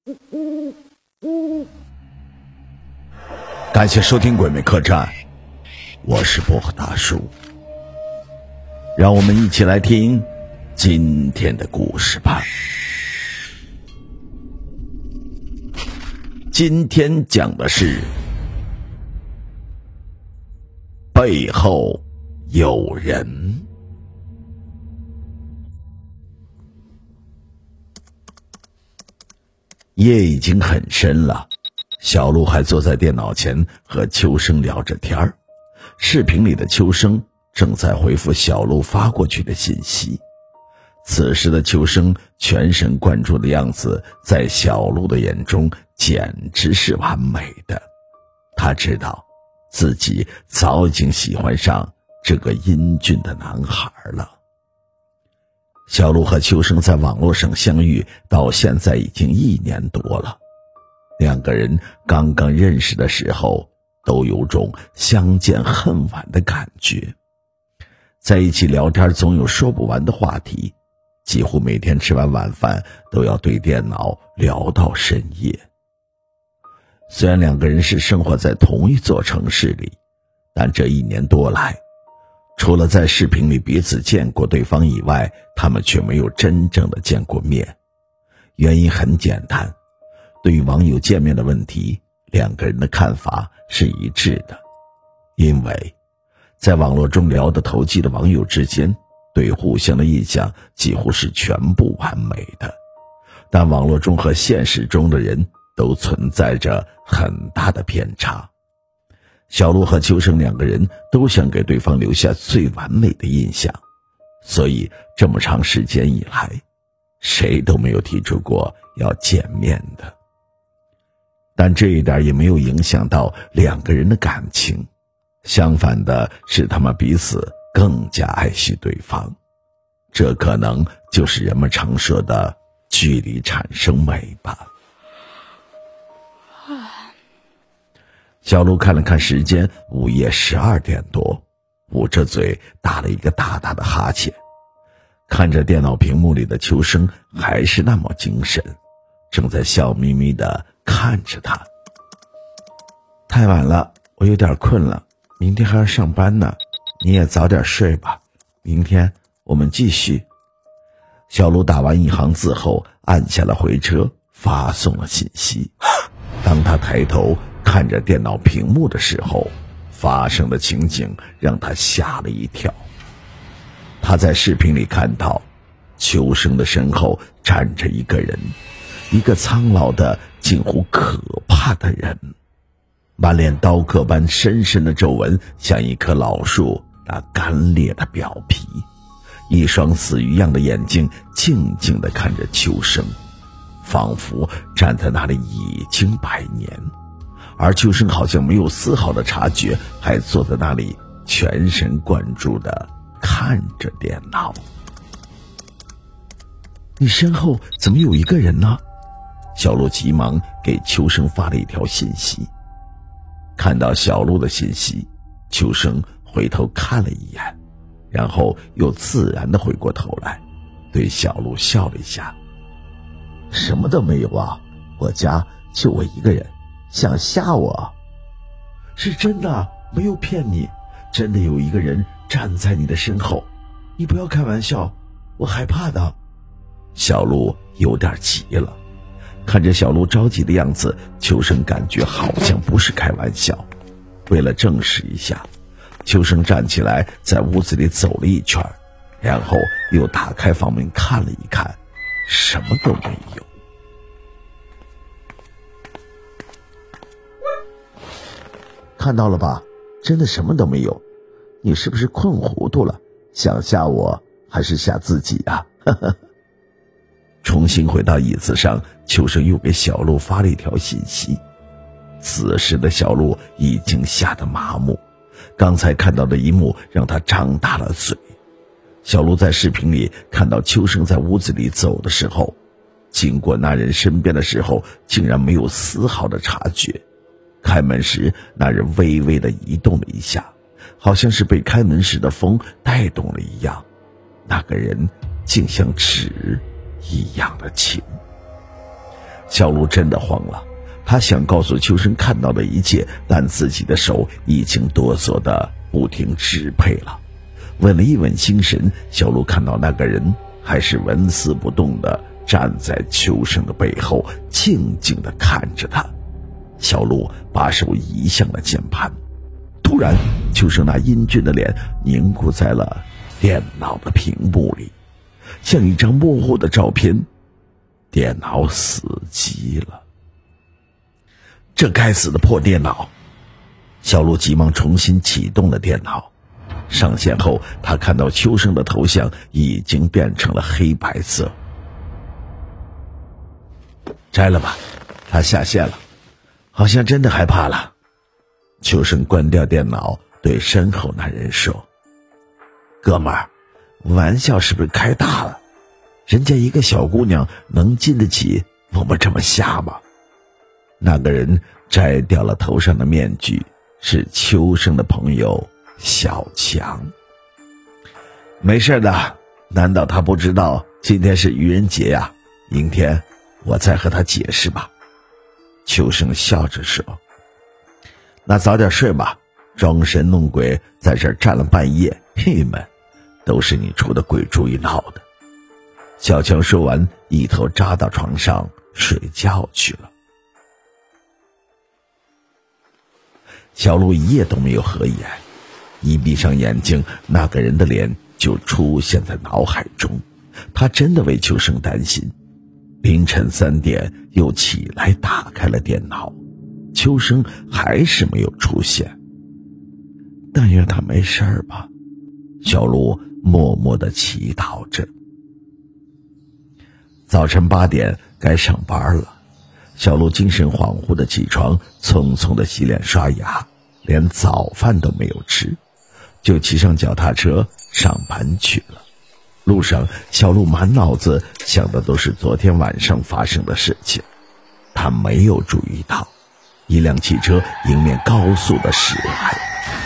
感谢收听《鬼魅客栈》，我是薄荷大叔，让我们一起来听今天的故事吧。今天讲的是背后有人。夜已经很深了，小鹿还坐在电脑前和秋生聊着天儿。视频里的秋生正在回复小鹿发过去的信息。此时的秋生全神贯注的样子，在小鹿的眼中简直是完美的。他知道自己早已经喜欢上这个英俊的男孩了。小鹿和秋生在网络上相遇，到现在已经1年多了。两个人刚刚认识的时候，都有种相见恨晚的感觉。在一起聊天总有说不完的话题，几乎每天吃完晚饭都要对电脑聊到深夜。虽然两个人是生活在同一座城市里，但这1年多来，除了在视频里彼此见过对方以外，他们却没有真正的见过面。原因很简单，对于网友见面的问题，两个人的看法是一致的。因为在网络中聊得投机的网友之间，对互相的印象几乎是全部完美的，但网络中和现实中的人都存在着很大的偏差。小鹿和秋生两个人都想给对方留下最完美的印象，所以这么长时间以来，谁都没有提出过要见面的。但这一点也没有影响到两个人的感情，相反的是他们彼此更加爱惜对方。这可能就是人们常说的距离产生美吧。小鹿看了看时间，午夜12点多，捂着嘴打了一个大大的哈欠。看着电脑屏幕里的秋生还是那么精神，正在笑眯眯地看着他。太晚了，我有点困了，明天还要上班呢，你也早点睡吧，明天我们继续。小鹿打完一行字后，按下了回车，发送了信息。当他抬头看着电脑屏幕的时候，发生的情景让他吓了一跳。他在视频里看到秋生的身后站着一个人，一个苍老的近乎可怕的人，满脸刀刻般深深的皱纹，像一棵老树那干裂的表皮，一双死鱼一样的眼睛静静地看着秋生，仿佛站在那里已经100年。而秋生好像没有丝毫的察觉，还坐在那里全神贯注地看着电脑。你身后怎么有一个人呢？小鹿急忙给秋生发了一条信息。看到小鹿的信息，秋生回头看了一眼，然后又自然地回过头来，对小鹿笑了一下。什么都没有啊，我家就我一个人，想吓我？是真的，没有骗你，真的有一个人站在你的身后，你不要开玩笑，我害怕的。小鹿有点急了，看着小鹿着急的样子，秋生感觉好像不是开玩笑。为了证实一下，秋生站起来在屋子里走了一圈，然后又打开房门看了一看，什么都没有。看到了吧，真的什么都没有。你是不是困糊涂了？想吓我还是吓自己啊？重新回到椅子上，秋生又给小鹿发了一条信息。此时的小鹿已经吓得麻木，刚才看到的一幕让他张大了嘴。小鹿在视频里看到秋生在屋子里走的时候，经过那人身边的时候，竟然没有丝毫的察觉。开门时，那人微微地移动了一下，好像是被开门时的风带动了一样。那个人竟像纸一样的轻。 小鹿真的慌了，他想告诉秋生看到的一切，但自己的手已经哆嗦的不听支配了。稳了一稳心神，小鹿看到那个人还是纹丝不动的站在秋生的背后，静静地看着他。小鹿把手移向了键盘，突然秋生那英俊的脸凝固在了电脑的屏幕里，像一张模糊的照片。电脑死机了。这该死的破电脑！小鹿急忙重新启动了电脑。上线后，他看到秋生的头像已经变成了黑白色。摘了吧，他下线了，好像真的害怕了。秋生关掉电脑，对身后那人说：“哥们儿，玩笑是不是开大了？人家一个小姑娘能经得起我们这么瞎吗？”那个人摘掉了头上的面具，是秋生的朋友小强。没事的，难道他不知道今天是愚人节呀？明天我再和他解释吧。秋生笑着说。那早点睡吧，装神弄鬼在这儿站了半夜，嘿们，都是你出的鬼主意闹的。小强说完，一头扎到床上睡觉去了。小鹿一夜都没有合眼，一闭上眼睛，那个人的脸就出现在脑海中。他真的为秋生担心。凌晨3点又起来打开了电脑，秋生还是没有出现。但愿他没事吧，小鹿默默地祈祷着。早晨8点该上班了，小鹿精神恍惚的起床，匆匆的洗脸刷牙，连早饭都没有吃，就骑上脚踏车上班去了。路上，小鹿满脑子想的都是昨天晚上发生的事情。他没有注意到一辆汽车迎面高速的驶来。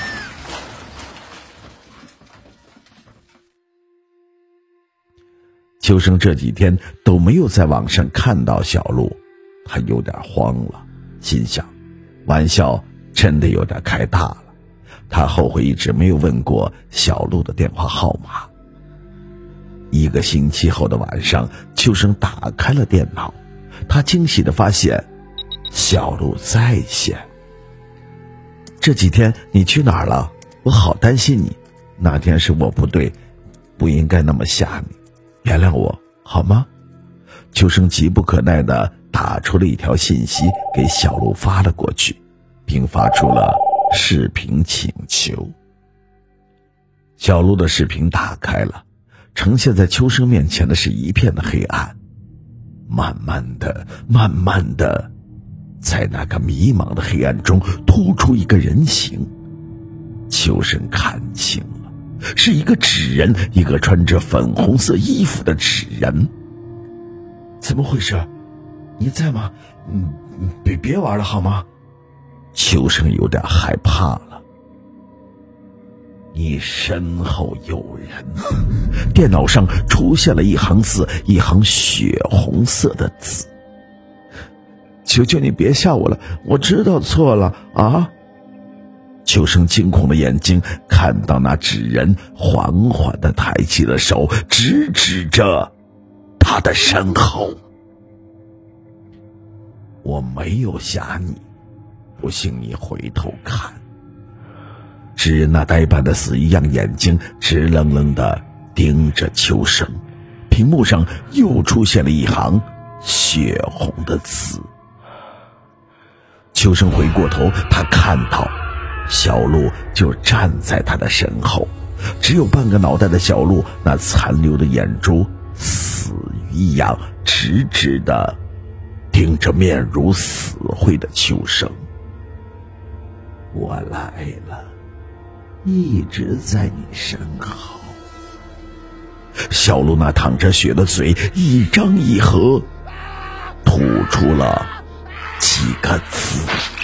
秋生这几天都没有在网上看到小鹿，他有点慌了，心想玩笑真的有点开大了。他后悔一直没有问过小鹿的电话号码。1个星期后的晚上，秋生打开了电脑，他惊喜地发现小鹿在线。这几天你去哪儿了？我好担心你，那天是我不对，不应该那么吓你，原谅我好吗？秋生急不可耐地打出了一条信息给小鹿发了过去，并发出了视频请求。小鹿的视频打开了，呈现在秋生面前的是一片的黑暗。慢慢的，在那个迷茫的黑暗中突出一个人形。秋生看清了，是一个纸人，一个穿着粉红色衣服的纸人。怎么回事？你在吗？别玩了好吗？秋生有点害怕了。你身后有人。电脑上出现了一行字，一行血红色的字。求求你别吓我了，我知道错了啊！秋生惊恐的眼睛看到那纸人缓缓地抬起了手，直指着他的身后。我没有吓你，不信你回头看。纸人那呆板的死一样眼睛直愣愣地盯着秋生，屏幕上又出现了一行血红的字。秋生回过头，他看到小鹿就站在他的身后，只有半个脑袋的小鹿，那残留的眼珠死鱼一样直直地盯着面如死灰的秋生。我来了，一直在你身后。小鹿那淌着血的嘴一张一合，吐出了几个字。